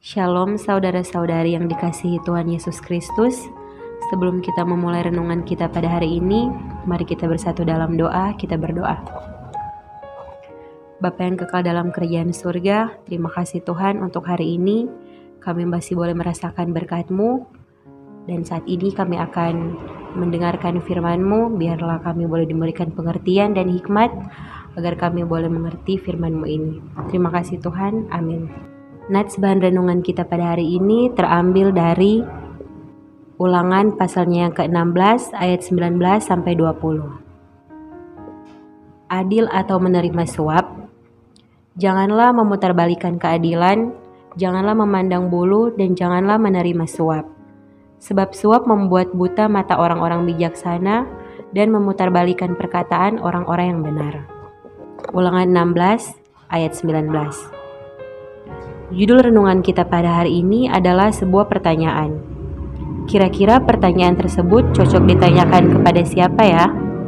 Shalom saudara-saudari yang dikasihi Tuhan Yesus Kristus. Sebelum kita memulai renungan kita pada hari ini, mari kita bersatu dalam doa, kita berdoa. Bapa yang kekal dalam kerajaan surga, terima kasih Tuhan untuk hari ini. Kami masih boleh merasakan berkat-Mu, dan saat ini kami akan mendengarkan firman-Mu. Biarlah kami boleh diberikan pengertian dan hikmat, agar kami boleh mengerti firman-Mu ini. Terima kasih Tuhan, amin. Nats bahan renungan kita pada hari ini terambil dari Ulangan pasalnya yang ke-16 ayat 19 sampai 20. Adil atau menerima suap? Janganlah memutarbalikkan keadilan, janganlah memandang bulu, dan janganlah menerima suap. Sebab suap membuat buta mata orang-orang bijaksana dan memutarbalikkan perkataan orang-orang yang benar. Ulangan 16 ayat 19. Judul renungan kita pada hari ini adalah sebuah pertanyaan. Kira-kira pertanyaan tersebut cocok ditanyakan kepada siapa ya?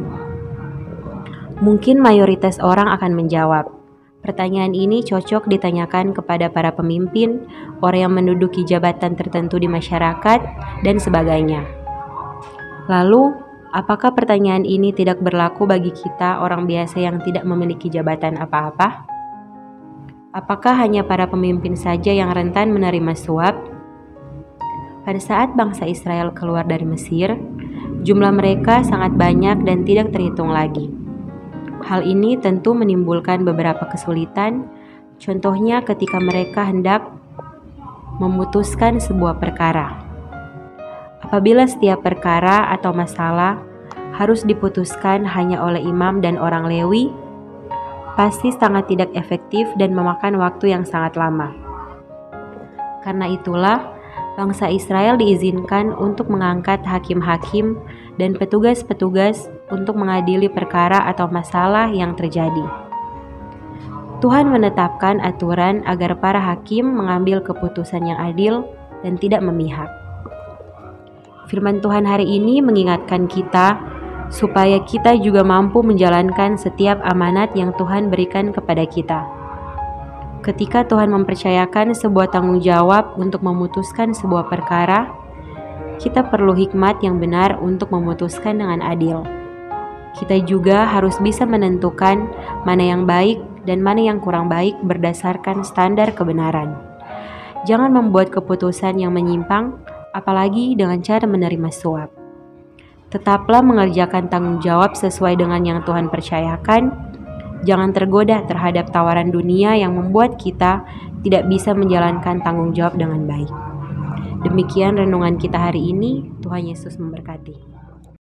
Mungkin mayoritas orang akan menjawab. Pertanyaan ini cocok ditanyakan kepada para pemimpin, orang yang menduduki jabatan tertentu di masyarakat, dan sebagainya. Lalu, apakah pertanyaan ini tidak berlaku bagi kita orang biasa yang tidak memiliki jabatan apa-apa? Apakah hanya para pemimpin saja yang rentan menerima suap? Pada saat bangsa Israel keluar dari Mesir, jumlah mereka sangat banyak dan tidak terhitung lagi. Hal ini tentu menimbulkan beberapa kesulitan, contohnya ketika mereka hendak memutuskan sebuah perkara. Apabila setiap perkara atau masalah harus diputuskan hanya oleh imam dan orang Lewi, pasti sangat tidak efektif dan memakan waktu yang sangat lama. Karena itulah, bangsa Israel diizinkan untuk mengangkat hakim-hakim dan petugas-petugas untuk mengadili perkara atau masalah yang terjadi. Tuhan menetapkan aturan agar para hakim mengambil keputusan yang adil dan tidak memihak. Firman Tuhan hari ini mengingatkan kita supaya kita juga mampu menjalankan setiap amanat yang Tuhan berikan kepada kita. Ketika Tuhan mempercayakan sebuah tanggung jawab untuk memutuskan sebuah perkara, kita perlu hikmat yang benar untuk memutuskan dengan adil. Kita juga harus bisa menentukan mana yang baik dan mana yang kurang baik berdasarkan standar kebenaran. Jangan membuat keputusan yang menyimpang, apalagi dengan cara menerima suap. Tetaplah mengerjakan tanggung jawab sesuai dengan yang Tuhan percayakan. Jangan tergoda terhadap tawaran dunia yang membuat kita tidak bisa menjalankan tanggung jawab dengan baik. Demikian renungan kita hari ini. Tuhan Yesus memberkati.